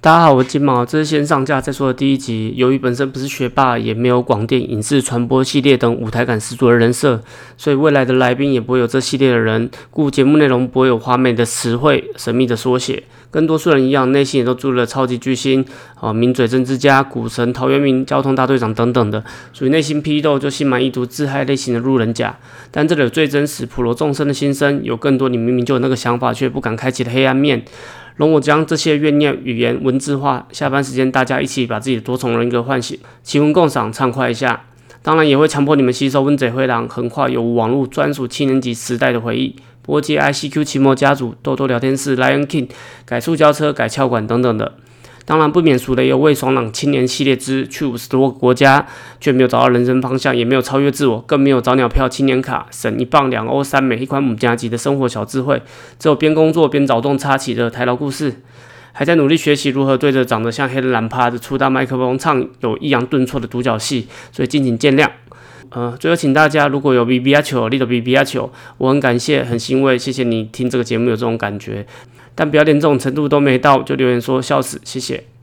大家好，我是金毛，这是先上架再说的第一集。由于本身不是学霸，也没有广电影视传播系列等舞台感十足的人设，所以未来的来宾也不会有这系列的人，故节目内容不会有华美的词汇、神秘的缩写。跟多数人一样，内心也都住了超级巨星、名嘴政治家、股神陶渊明、交通大队长等等的，属于内心批斗就心满意足、自嗨类型的路人甲。但这里有最真实、普罗众生的心声，有更多你明明就有那个想法却不敢开启的黑暗面。容我将这些怨念语言文字化，下班时间大家一起把自己的多重人格唤醒，齐文共赏，畅快一下。当然也会强迫你们吸收温嘴灰狼横跨有无网络专属7年级时代的回忆，波接 ICQ 奇摩家族、豆豆聊天室、Lion King、改塑胶车、改翘管等等的。当然不免俗的也有魏爽朗青年系列之去50多个国家，却没有找到人生方向，也没有超越自我，更没有早鸟票青年卡，省1磅2欧3美一款母家级的生活小智慧，只有边工作边找洞插旗的台劳故事，还在努力学习如何对着长得像黑人懒趴的粗大麦克风唱有抑扬顿挫的独角戏，所以敬请见谅。最后请大家如果有 BBA 球，立的 BBA 球，我很感谢，很欣慰，谢谢你听这个节目有这种感觉。但不要连这种程度都没到就留言说笑死，谢谢。